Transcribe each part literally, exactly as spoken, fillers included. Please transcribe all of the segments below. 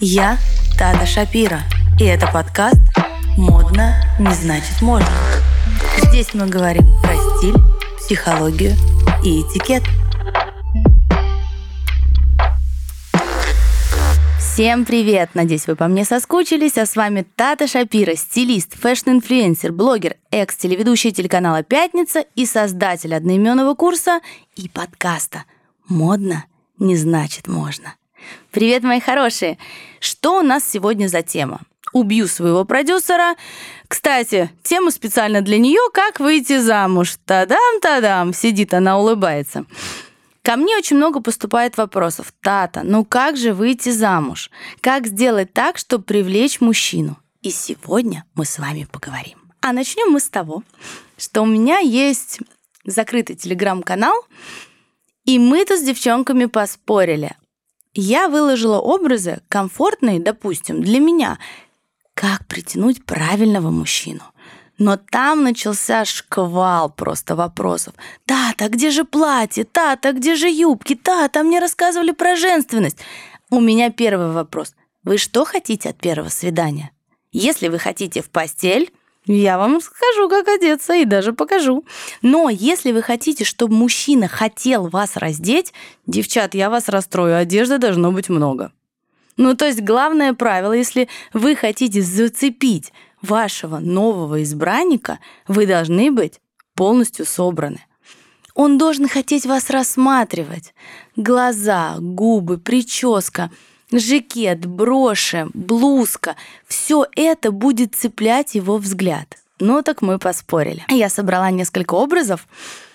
Я Тата Шапира, и это подкаст «Модно не значит можно». Здесь мы говорим про стиль, психологию и этикет. Всем привет! Надеюсь, вы по мне соскучились, а с вами Тата Шапира, стилист, фэшн-инфлюенсер, блогер, экс-телеведущая телеканала «Пятница» и создатель одноименного курса и подкаста «Модно не значит можно». Привет, мои хорошие! Что у нас сегодня за тема? Убью своего продюсера. Кстати, тема специально для нее «Как выйти замуж». Тадам-тадам! Сидит она, улыбается. Ко мне очень много поступает вопросов. Тата, ну как же выйти замуж? Как сделать так, чтобы привлечь мужчину? И сегодня мы с вами поговорим. А начнем мы с того, что у меня есть закрытый телеграм-канал, и мы тут с девчонками поспорили. Я выложила образы комфортные, допустим, для меня, как притянуть правильного мужчину. Но там начался шквал просто вопросов. Тата, где же платье? Тата, где же юбки? Тата, мне рассказывали про женственность. У меня первый вопрос. Вы что хотите от первого свидания? Если вы хотите в постель, я вам скажу, как одеться, и даже покажу. Но если вы хотите, чтобы мужчина хотел вас раздеть, девчат, я вас расстрою, одежды должно быть много. Ну, то есть главное правило, если вы хотите зацепить вашего нового избранника, вы должны быть полностью собраны. Он должен хотеть вас рассматривать. Глаза, губы, прическа, жакет, броши, блузка. Все это будет цеплять его взгляд. Ну, так мы поспорили. Я собрала несколько образов.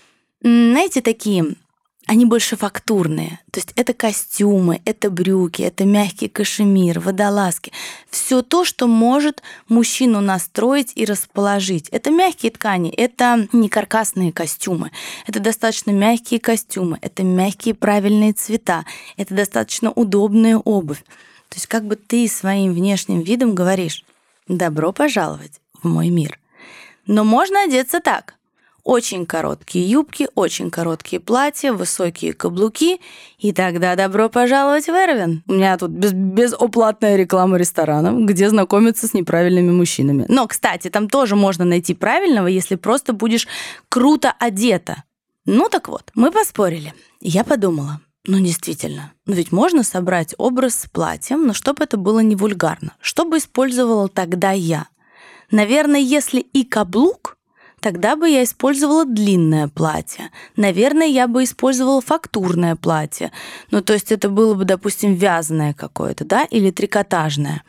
Знаете, такие... Они больше фактурные. То есть это костюмы, это брюки, это мягкий кашемир, водолазки. Все то, что может мужчину настроить и расположить. Это мягкие ткани, это не каркасные костюмы. Это достаточно мягкие костюмы, это мягкие правильные цвета, это достаточно удобная обувь. То есть как бы ты своим внешним видом говоришь: «Добро пожаловать в мой мир». Но можно одеться так. Очень короткие юбки, очень короткие платья, высокие каблуки. И тогда добро пожаловать в Эрвин. У меня тут без, безоплатная реклама ресторанов, где знакомиться с неправильными мужчинами. Но, кстати, там тоже можно найти правильного, если просто будешь круто одета. Ну так вот, мы поспорили. Я подумала, ну действительно, ну ведь можно собрать образ с платьем, но чтобы это было не вульгарно. Что бы использовала тогда я? Наверное, если и каблук, тогда бы я использовала длинное платье. Наверное, я бы использовала фактурное платье. Ну, то есть это было бы, допустим, вязаное какое-то, да, или трикотажное.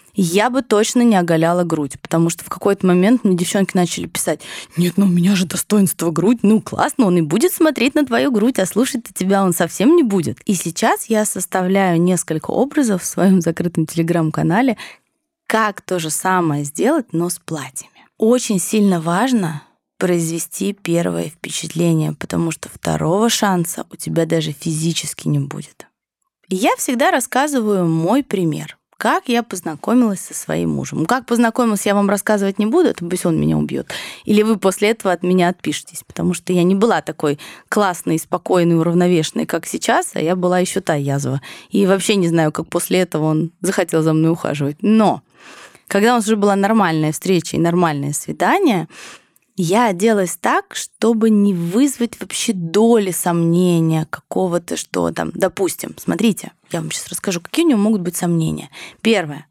Я бы точно не оголяла грудь, потому что в какой-то момент мне девчонки начали писать: «Нет, ну у меня же достоинство грудь, ну классно, он и будет смотреть на твою грудь, а слушать-то тебя он совсем не будет». И сейчас я составляю несколько образов в своем закрытом телеграм-канале, как то же самое сделать, но с платьями. Очень сильно важно произвести первое впечатление, потому что второго шанса у тебя даже физически не будет. Я всегда рассказываю мой пример, как я познакомилась со своим мужем. Как познакомилась, я вам рассказывать не буду, это пусть он меня убьет. Или вы после этого от меня отпишетесь, потому что я не была такой классной, спокойной, уравновешенной, как сейчас, а я была еще та язва. И вообще не знаю, как после этого он захотел за мной ухаживать. Но когда у нас уже была нормальная встреча и нормальное свидание, я оделась так, чтобы не вызвать вообще доли сомнения какого-то, что там, допустим, смотрите, я вам сейчас расскажу, какие у него могут быть сомнения. Первое.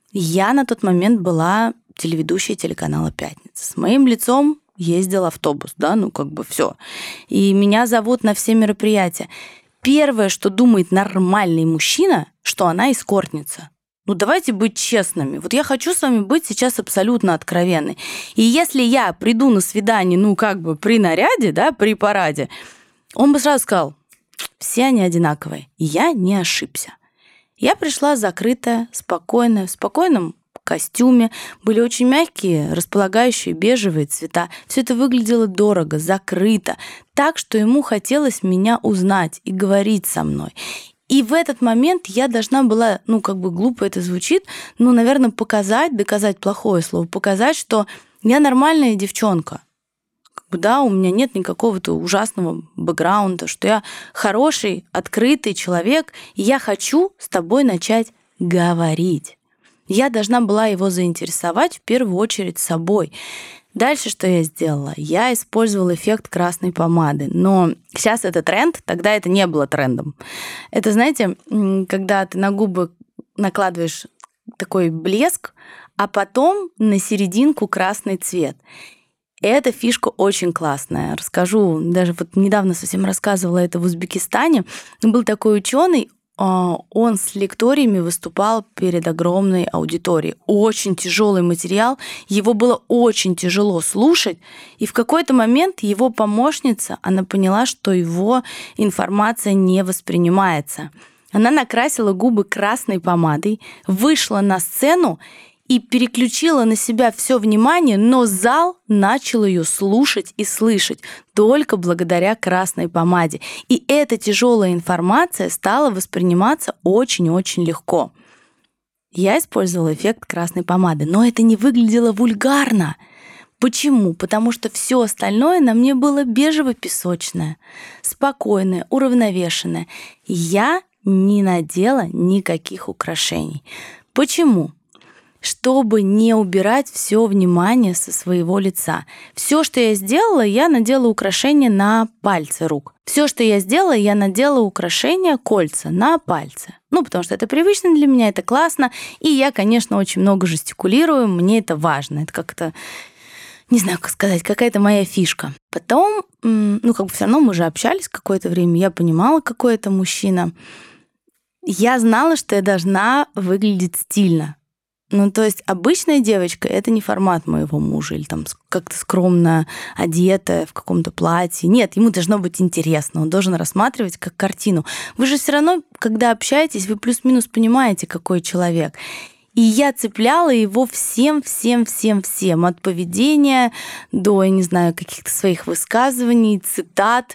Я на тот момент была телеведущей телеканала «Пятница». С моим лицом ездил автобус, да, ну как бы все. И меня зовут на все мероприятия. Первое, что думает нормальный мужчина, что она эскортница. Ну, давайте быть честными. Вот я хочу с вами быть сейчас абсолютно откровенной. И если я приду на свидание, ну, как бы при наряде, да, при параде, он бы сразу сказал: все они одинаковые. И я не ошибся. Я пришла закрытая, спокойная, в спокойном костюме. Были очень мягкие, располагающие бежевые цвета. Все это выглядело дорого, закрыто. Так, что ему хотелось меня узнать и говорить со мной. И в этот момент я должна была, ну, как бы глупо это звучит, ну, наверное, показать, доказать плохое слово, показать, что я нормальная девчонка. Как бы, да, у меня нет никакого-то ужасного бэкграунда, что я хороший, открытый человек, и я хочу с тобой начать говорить. Я должна была его заинтересовать в первую очередь собой. Дальше что я сделала? Я использовала эффект красной помады. Но сейчас это тренд, тогда это не было трендом. Это, знаете, когда ты на губы накладываешь такой блеск, а потом на серединку красный цвет. Эта фишка очень классная. Расскажу, даже вот недавно совсем рассказывала это в Узбекистане. Был такой ученый, он с лекториями выступал перед огромной аудиторией. Очень тяжелый материал, его было очень тяжело слушать, и в какой-то момент его помощница, она поняла, что его информация не воспринимается. Она накрасила губы красной помадой, вышла на сцену и переключила на себя все внимание, но зал начал ее слушать и слышать только благодаря красной помаде. И эта тяжелая информация стала восприниматься очень-очень легко. Я использовала эффект красной помады, но это не выглядело вульгарно. Почему? Потому что все остальное на мне было бежево-песочное, спокойное, уравновешенное. Я не надела никаких украшений. Почему? Чтобы не убирать все внимание со своего лица. Все, что я сделала, я надела украшения на пальцы рук. Все, что я сделала, я надела украшения, кольца на пальцы. Ну, потому что это привычно для меня, это классно. И я, конечно, очень много жестикулирую, мне это важно. Это как-то, не знаю, как сказать, какая-то моя фишка. Потом, ну, как бы все равно мы же общались какое-то время, я понимала, какой это мужчина. Я знала, что я должна выглядеть стильно. Ну, то есть обычная девочка — это не формат моего мужа, или там как-то скромно одетая в каком-то платье. Нет, ему должно быть интересно, он должен рассматривать как картину. Вы же все равно, когда общаетесь, вы плюс-минус понимаете, какой человек. И я цепляла его всем, всем, всем, всем. От поведения до, я не знаю, каких-то своих высказываний, цитат,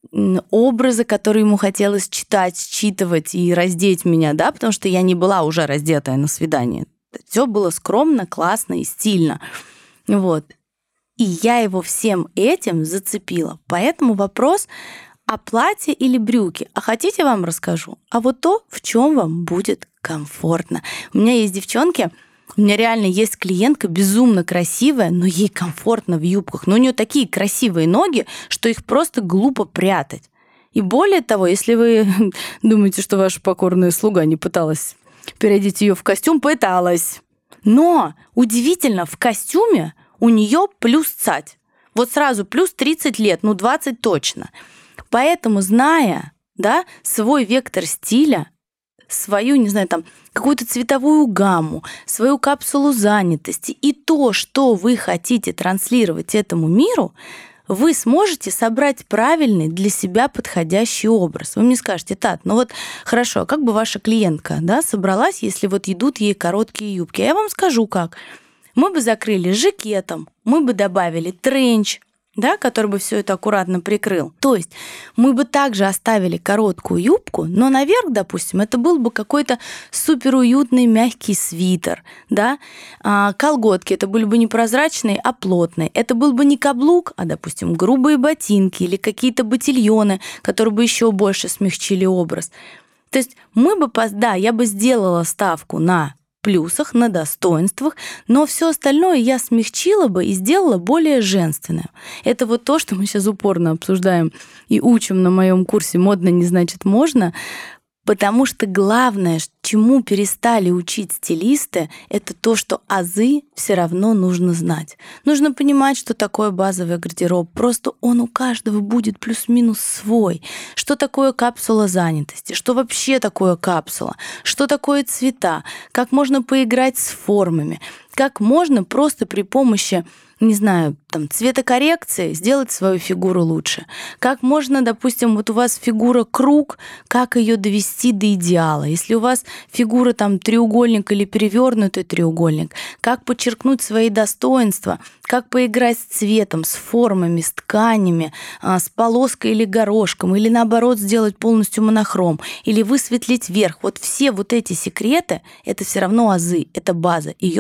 образы, которые ему хотелось читать, считывать и раздеть меня, да, потому что я не была уже раздетая на свидании. Все было скромно, классно и стильно. Вот. И я его всем этим зацепила. Поэтому вопрос, а платье или брюки? А хотите, вам расскажу? А вот то, в чем вам будет комфортно. У меня есть девчонки, у меня реально есть клиентка безумно красивая, но ей комфортно в юбках. Но у нее такие красивые ноги, что их просто глупо прятать. И более того, если вы думаете, что ваша покорная слуга не пыталась переодеть ее в костюм, пыталась. Но удивительно, в костюме у нее плюс цать. Вот сразу плюс тридцать лет, ну двадцать точно. Поэтому, зная, да, свой вектор стиля, свою, не знаю, там, какую-то цветовую гамму, свою капсулу занятости и то, что вы хотите транслировать этому миру, вы сможете собрать правильный для себя подходящий образ. Вы мне скажете: Тат, ну вот хорошо, а как бы ваша клиентка, да, собралась, если вот идут ей короткие юбки? А я вам скажу как. Мы бы закрыли жакетом, мы бы добавили тренч, да, который бы все это аккуратно прикрыл. То есть мы бы также оставили короткую юбку, но наверх, допустим, это был бы какой-то суперуютный мягкий свитер, да, а колготки это были бы не прозрачные, а плотные. Это был бы не каблук, а, допустим, грубые ботинки или какие-то ботильоны, которые бы еще больше смягчили образ. То есть мы бы, да, я бы сделала ставку на плюсах, на достоинствах, но все остальное я смягчила бы и сделала более женственным. Это вот то, что мы сейчас упорно обсуждаем и учим на моем курсе «Модно не значит можно», потому что главное, чему перестали учить стилисты, это то, что азы все равно нужно знать. Нужно понимать, что такое базовый гардероб. Просто он у каждого будет плюс-минус свой. Что такое капсула занятости? Что вообще такое капсула? Что такое цвета? Как можно поиграть с формами? Как можно просто при помощи, не знаю, там, цветокоррекции сделать свою фигуру лучше? Как можно, допустим, вот у вас фигура круг, как ее довести до идеала? Если у вас фигура там треугольник или перевернутый треугольник, как подчеркнуть свои достоинства? Как поиграть с цветом, с формами, с тканями, с полоской или горошком, или наоборот сделать полностью монохром, или высветлить верх? Вот все вот эти секреты — это все равно азы, это база, ее нужно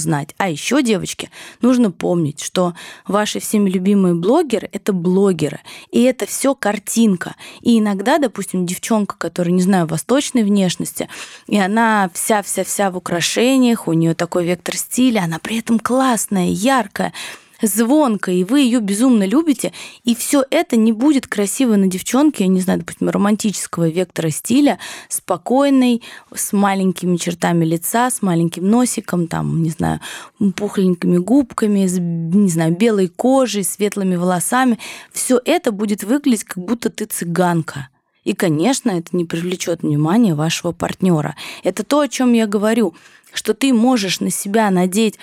знать. А еще, девочки, нужно помнить, что ваши всеми любимые блогеры — это блогеры, и это все картинка. И иногда, допустим, девчонка, которая, не знаю, восточной внешности, и она вся-вся-вся в украшениях, у нее такой вектор стиля, она при этом классная, яркая, звонкая, и вы ее безумно любите, и все это не будет красиво на девчонке, я не знаю, допустим, романтического вектора стиля, спокойной, с маленькими чертами лица, с маленьким носиком, там, не знаю, пухленькими губками, с, не знаю, белой кожей, светлыми волосами. Все это будет выглядеть, как будто ты цыганка. И, конечно, это не привлечет внимание вашего партнера. Это то, о чем я говорю, что ты можешь на себя надеть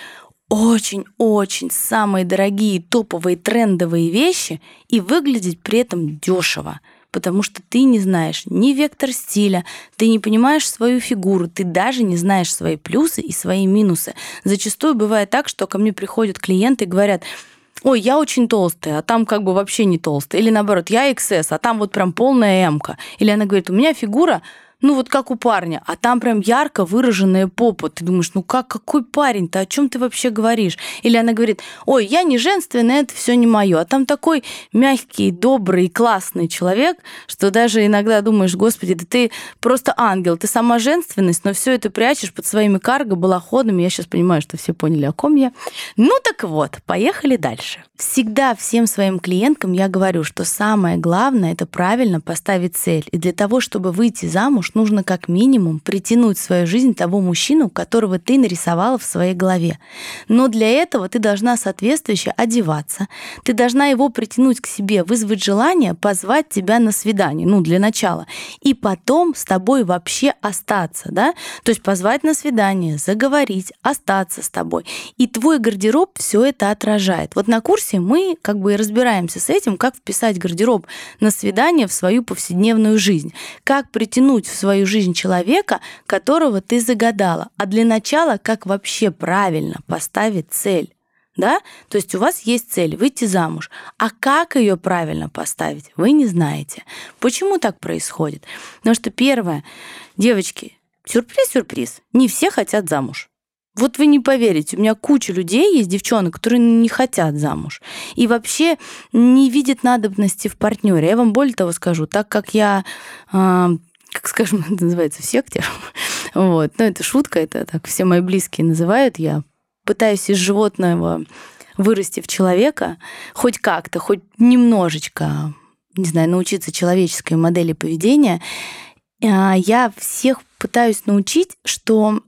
очень-очень самые дорогие, топовые, трендовые вещи и выглядеть при этом дешево, потому что ты не знаешь ни вектор стиля, ты не понимаешь свою фигуру, ты даже не знаешь свои плюсы и свои минусы. Зачастую бывает так, что ко мне приходят клиенты и говорят: ой, я очень толстая, а там как бы вообще не толстая. Или наоборот, я икс эс, а там вот прям полная эмка. Или она говорит: у меня фигура, ну вот как у парня, а там прям ярко выраженная попа. Ты думаешь, ну как, какой парень-то, о чем ты вообще говоришь? Или она говорит: ой, я не женственная, это все не мое. А там такой мягкий, добрый, классный человек, что даже иногда думаешь: господи, да ты просто ангел, ты сама женственность, но все это прячешь под своими карго, балаходами. Я сейчас понимаю, что все поняли, о ком я. Ну так вот, поехали дальше. Всегда всем своим клиенткам я говорю, что самое главное — это правильно поставить цель. И для того, чтобы выйти замуж, нужно как минимум притянуть в свою жизнь того мужчину, которого ты нарисовала в своей голове. Но для этого ты должна соответствующе одеваться. Ты должна его притянуть к себе, вызвать желание, позвать тебя на свидание, ну, для начала. И потом с тобой вообще остаться, да? То есть позвать на свидание, заговорить, остаться с тобой. И твой гардероб все это отражает. Вот на курсе мы как бы и разбираемся с этим, как вписать гардероб на свидание в свою повседневную жизнь. Как притянуть в свою жизнь человека, которого ты загадала. А для начала, как вообще правильно поставить цель. Да? То есть у вас есть цель — выйти замуж. А как ее правильно поставить, вы не знаете. Почему так происходит? Потому что первое, девочки, сюрприз-сюрприз, не все хотят замуж. Вот вы не поверите, у меня куча людей есть, девчонок, которые не хотят замуж и вообще не видят надобности в партнере. Я вам более того скажу, так как я, э, как скажем, это называется в секте, вот, но это шутка, это так все мои близкие называют, я пытаюсь из животного вырасти в человека, хоть как-то, хоть немножечко, не знаю, научиться человеческой модели поведения, я всех пытаюсь научить, что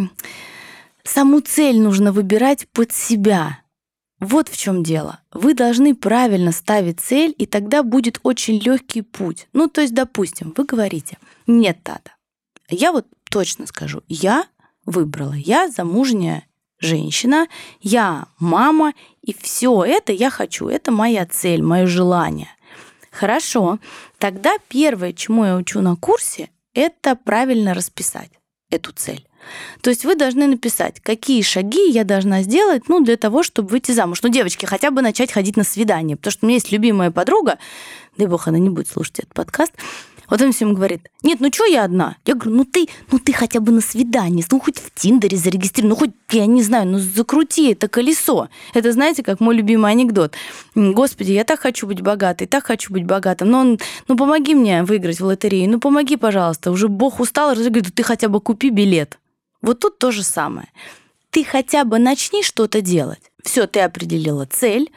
саму цель нужно выбирать под себя. Вот в чем дело. Вы должны правильно ставить цель, и тогда будет очень легкий путь. Ну, то есть, допустим, вы говорите: нет, Тата, я вот точно скажу, я выбрала, я замужняя женщина, я мама, и все это я хочу, это моя цель, мое желание. Хорошо, тогда первое, чему я учу на курсе, это правильно расписать эту цель. То есть вы должны написать, какие шаги я должна сделать, ну, для того, чтобы выйти замуж. Ну, девочки, хотя бы начать ходить на свидание, потому что у меня есть любимая подруга, дай бог, она не будет слушать этот подкаст, вот он всем говорит: нет, ну что я одна? Я говорю: ну ты, ну ты хотя бы на свидание, ну хоть в Тиндере зарегистрируй, ну хоть, я не знаю, ну закрути это колесо. Это, знаете, как мой любимый анекдот. Господи, я так хочу быть богатой, так хочу быть богатым, но он, ну помоги мне выиграть в лотерею, ну помоги, пожалуйста, уже Бог устал, говорит: ты хотя бы купи билет. Вот тут то же самое. Ты хотя бы начни что-то делать. Все, ты определила цель,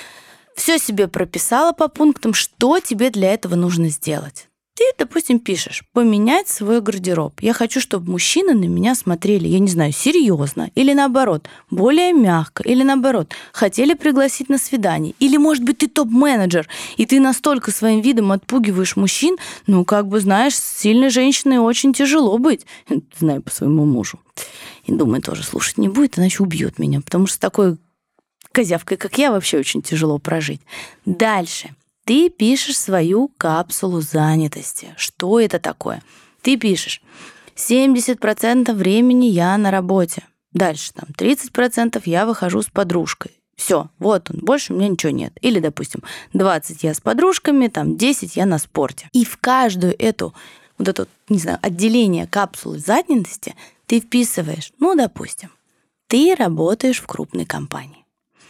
все себе прописала по пунктам, что тебе для этого нужно сделать. Ты, допустим, пишешь: поменять свой гардероб. Я хочу, чтобы мужчины на меня смотрели, я не знаю, серьезно, или наоборот, более мягко, или наоборот, хотели пригласить на свидание. Или, может быть, ты топ-менеджер, и ты настолько своим видом отпугиваешь мужчин, ну, как бы, знаешь, с сильной женщиной очень тяжело быть. Знаю по своему мужу. И думаю, тоже слушать не будет, иначе убьет меня, потому что с такой козявкой, как я, вообще очень тяжело прожить. Дальше. Ты пишешь свою капсулу занятости. Что это такое? Ты пишешь: семьдесят процентов времени я на работе. Дальше там тридцать процентов я выхожу с подружкой. Все, вот он, больше у меня ничего нет. Или, допустим, двадцать я с подружками, там десять я на спорте. И в каждую эту, вот это, не знаю, отделение капсулы занятости ты вписываешь, ну, допустим, Ты работаешь в крупной компании.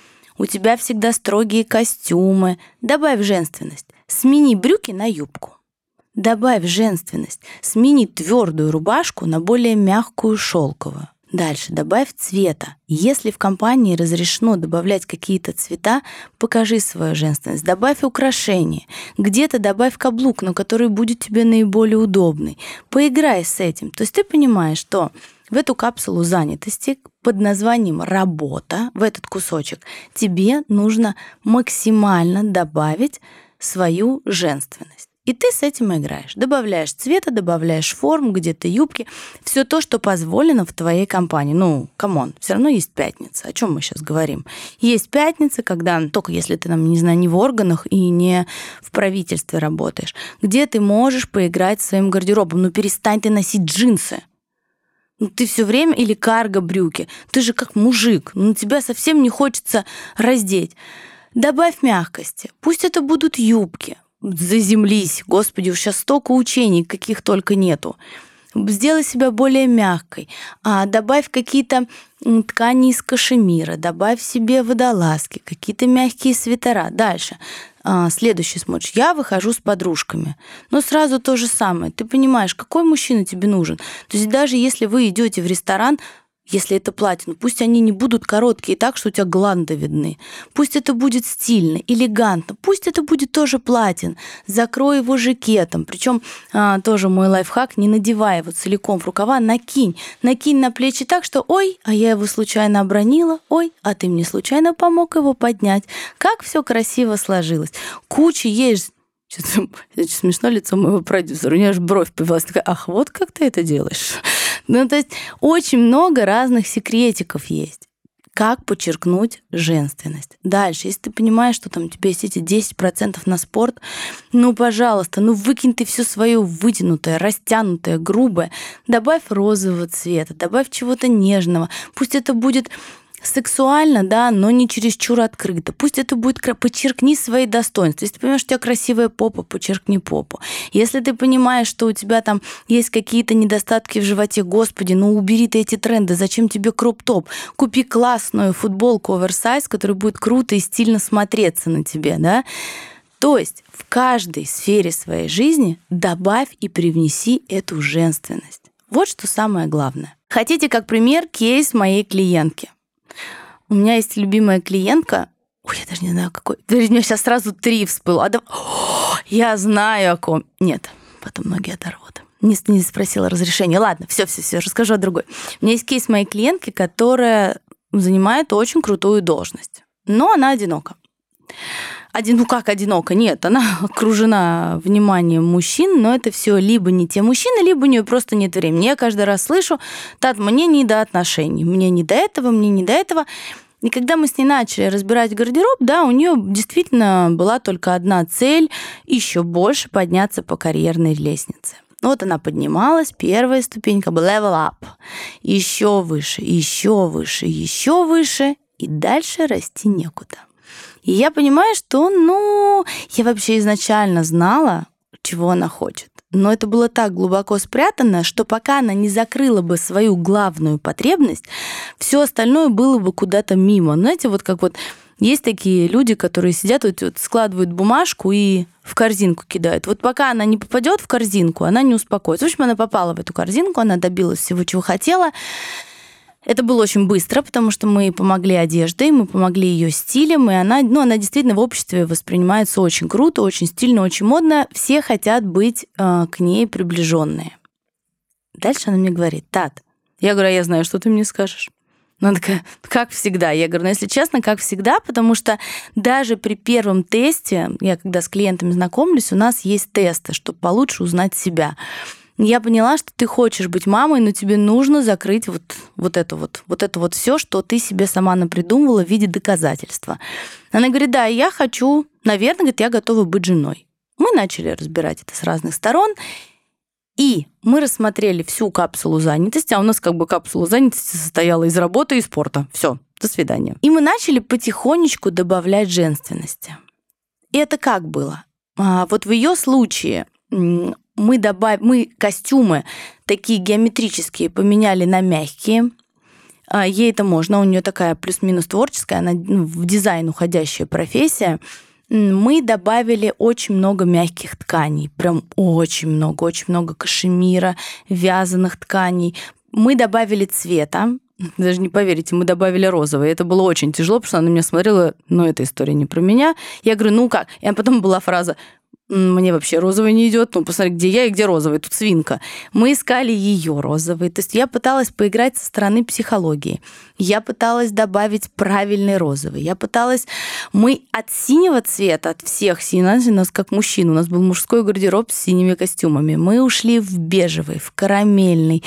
У тебя всегда строгие костюмы. Добавь женственность. Смени брюки на юбку. Добавь женственность. Смени твердую рубашку на более мягкую шелковую. Дальше добавь цвета. Если в компании разрешено добавлять какие-то цвета, покажи свою женственность. Добавь украшения. Где-то добавь каблук, но который будет тебе наиболее удобный. Поиграй с этим. То есть ты понимаешь, что в эту капсулу занятости под названием «работа», в этот кусочек, тебе нужно максимально добавить свою женственность. И ты с этим играешь. Добавляешь цвета, добавляешь форм, где-то юбки. Все то, что позволено в твоей компании. Ну, камон, все равно есть пятница. О чем мы сейчас говорим? Есть пятница, когда, только если ты, там, не знаю, не в органах и не в правительстве работаешь, где ты можешь поиграть своим гардеробом. Ну, перестань ты носить джинсы. Ну, ты все время или карго-брюки. Ты же как мужик. Ну, тебя совсем не хочется раздеть. Добавь мягкости. Пусть это будут юбки. Заземлись. Господи, уж сейчас столько учений, каких только нету. Сделай себя более мягкой. А, добавь какие-то ткани из кашемира. Добавь себе водолазки, какие-то мягкие свитера. Дальше. А, следующий смотришь. Я выхожу с подружками. Но сразу то же самое. Ты понимаешь, какой мужчина тебе нужен. То есть даже если вы идете в ресторан, если это платье, ну пусть они не будут короткие так, что у тебя гланды видны. Пусть это будет стильно, элегантно. Пусть это будет тоже платье. Закрой его жакетом. Причем а, тоже мой лайфхак, не надевай его целиком в рукава, накинь. Накинь на плечи так, что ой, а я его случайно обронила, ой, а ты мне случайно помог его поднять. Как все красиво сложилось. Куча есть. Сейчас, смешно лицо моего продюсера. У нее аж бровь повелась. Такая, ах, вот как ты это делаешь. Ну, то есть очень много разных секретиков есть. Как подчеркнуть женственность. Дальше, если ты понимаешь, что там у тебя есть эти десять процентов на спорт, ну, пожалуйста, ну, выкинь ты все свое вытянутое, растянутое, грубое. Добавь розового цвета, добавь чего-то нежного. Пусть это будет сексуально, да, но не чересчур открыто. Пусть это будет... Подчеркни свои достоинства. Если ты понимаешь, что у тебя красивая попа, подчеркни попу. Если ты понимаешь, что у тебя там есть какие-то недостатки в животе, господи, ну убери ты эти тренды. Зачем тебе кроп-топ? Купи классную футболку оверсайз, которая будет круто и стильно смотреться на тебе, да? То есть в каждой сфере своей жизни добавь и привнеси эту женственность. Вот что самое главное. Хотите, как пример, кейс моей клиентки? У меня есть любимая клиентка. Ой, я даже не знаю, какой. У меня сейчас сразу три всплыло. А да... О, я знаю, о ком. Нет, потом ноги оторвут. Не, не спросила разрешения. Ладно, все, все, все, расскажу о другой. У меня есть кейс моей клиентки, которая занимает очень крутую должность. Но она одинока. Один, ну как одинока? Нет, она окружена вниманием мужчин, но это все либо не те мужчины, либо у нее просто нет времени. Я каждый раз слышу, Тат, мне не до отношений, мне не до этого, мне не до этого. И когда мы с ней начали разбирать гардероб, да, у нее действительно была только одна цель – еще больше подняться по карьерной лестнице. Вот она поднималась, первая ступенька была level up. Еще выше, еще выше, еще выше, и дальше расти некуда. И я понимаю, что, ну, я вообще изначально знала, чего она хочет. Но это было так глубоко спрятано, что пока она не закрыла бы свою главную потребность, все остальное было бы куда-то мимо. Знаете, вот как вот есть такие люди, которые сидят, вот, вот складывают бумажку и в корзинку кидают. Вот пока она не попадет в корзинку, она не успокоится. В общем, она попала в эту корзинку, она добилась всего, чего хотела. Это было очень быстро, потому что мы помогли одеждой, мы помогли ее стилем, и она, ну, она действительно в обществе воспринимается очень круто, очень стильно, очень модно. Все хотят быть э, к ней приближенные. Дальше она мне говорит: Тат, я говорю, а я знаю, что ты мне скажешь. Она такая, как всегда. Я говорю, ну, если честно, как всегда, потому что даже при первом тесте, я когда с клиентами знакомлюсь, у нас есть тесты, чтобы получше узнать себя. Я поняла, что ты хочешь быть мамой, но тебе нужно закрыть вот, вот это вот, вот это вот все, что ты себе сама напридумывала в виде доказательства. Она говорит, да, я хочу, наверное, говорит, я готова быть женой. Мы начали разбирать это с разных сторон, и мы рассмотрели всю капсулу занятости, а у нас как бы капсула занятости состояла из работы и спорта. Все, до свидания. И мы начали потихонечку добавлять женственности. И это как было? А, вот в ее случае мы добавили, мы костюмы такие геометрические поменяли на мягкие. Ей это можно, у нее такая плюс-минус творческая, она в дизайн уходящая профессия. Мы добавили очень много мягких тканей, прям очень много, очень много кашемира, вязаных тканей. Мы добавили цвета, даже не поверите, мы добавили розовый. Это было очень тяжело, потому что она на меня смотрела, но эта история не про меня. Я говорю, ну как? И потом была фраза, мне вообще розовый не идет, ну посмотри, где я и где розовый, тут свинка. Мы искали ее розовый. То есть я пыталась поиграть со стороны психологии. Я пыталась добавить правильный розовый. Я пыталась... Мы от синего цвета, от всех синих, у нас как мужчин, у нас был мужской гардероб с синими костюмами. Мы ушли в бежевый, в карамельный.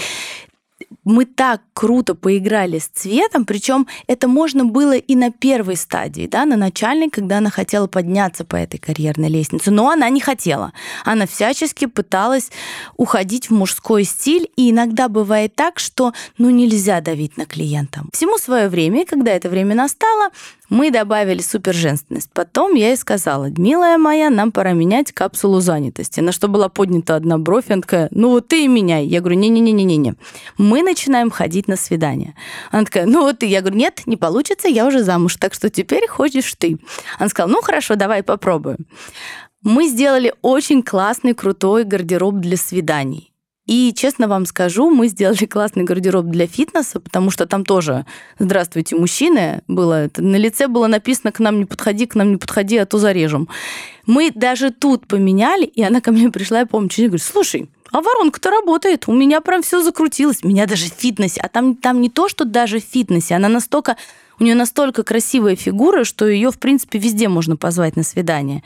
Мы так круто поиграли с цветом, причем это можно было и на первой стадии, да, на начальной, когда она хотела подняться по этой карьерной лестнице, но она не хотела. Она всячески пыталась уходить в мужской стиль, и иногда бывает так, что ну, нельзя давить на клиента. Всему свое время, и когда это время настало, мы добавили суперженственность. Потом я ей сказала, милая моя, нам пора менять капсулу занятости. На что была поднята одна бровь, она такая, ну вот ты и меняй. Я говорю, не-не-не-не-не. Мы начинаем ходить на свидания. Она такая, ну вот ты. Я говорю, нет, не получится, я уже замуж, так что теперь ходишь ты. Она сказала, ну хорошо, давай попробуем. Мы сделали очень классный, крутой гардероб для свиданий. И, честно вам скажу, мы сделали классный гардероб для фитнеса, потому что там тоже «Здравствуйте, мужчины» было. На лице было написано «К нам не подходи, к нам не подходи, а то зарежем». Мы даже тут поменяли, и она ко мне пришла, я помню, и говорит, слушай, а воронка-то работает, у меня прям все закрутилось, меня даже в фитнесе, а там, там не то, что даже в фитнесе, она настолько, у нее настолько красивая фигура, что ее, в принципе, везде можно позвать на свидание.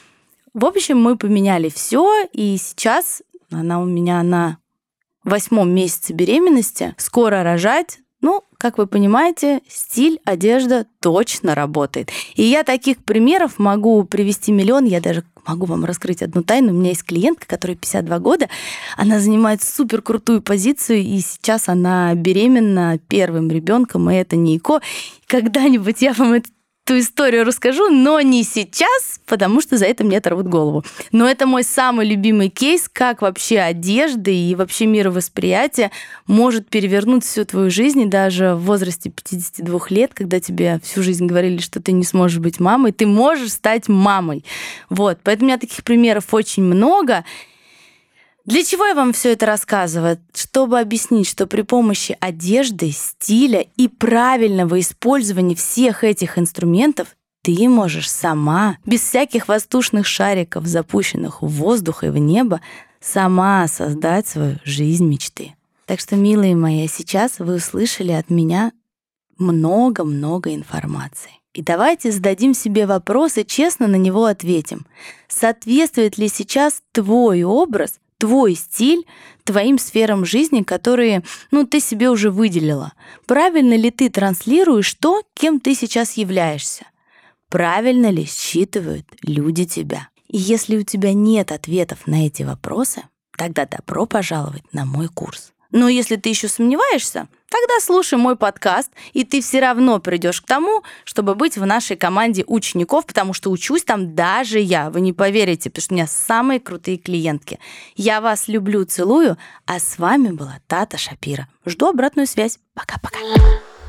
В общем, мы поменяли все, и сейчас... Она у меня на восьмом месяце беременности, скоро рожать. Ну, как вы понимаете, стиль, одежда точно работает. И я таких примеров могу привести миллион. Я даже могу вам раскрыть одну тайну. У меня есть клиентка, которой пятьдесят два года. Она занимает супер крутую позицию, и сейчас она беременна первым ребенком, и это не ЭКО. Когда-нибудь я вам это эту историю расскажу, но не сейчас, потому что за это мне оторвут голову. Но это мой самый любимый кейс, как вообще одежда и вообще мировосприятие может перевернуть всю твою жизнь, и даже в возрасте пятидесяти двух лет, когда тебе всю жизнь говорили, что ты не сможешь быть мамой, ты можешь стать мамой. Вот, поэтому у меня таких примеров очень много. Для чего я вам все это рассказываю? Чтобы объяснить, что при помощи одежды, стиля и правильного использования всех этих инструментов ты можешь сама, без всяких воздушных шариков, запущенных в воздух и в небо, сама создать свою жизнь мечты. Так что, милые мои, сейчас вы услышали от меня много-много информации. И давайте зададим себе вопрос и честно на него ответим. Соответствует ли сейчас твой образ, твой стиль твоим сферам жизни, которые, ну, ты себе уже выделила? Правильно ли ты транслируешь то, кем ты сейчас являешься? Правильно ли считывают люди тебя? И если у тебя нет ответов на эти вопросы, тогда добро пожаловать на мой курс. Но если ты еще сомневаешься, тогда слушай мой подкаст, и ты все равно придешь к тому, чтобы быть в нашей команде учеников, потому что учусь там даже я. Вы не поверите, потому что у меня самые крутые клиентки. Я вас люблю, целую, а с вами была Тата Шапира. Жду обратную связь. Пока-пока.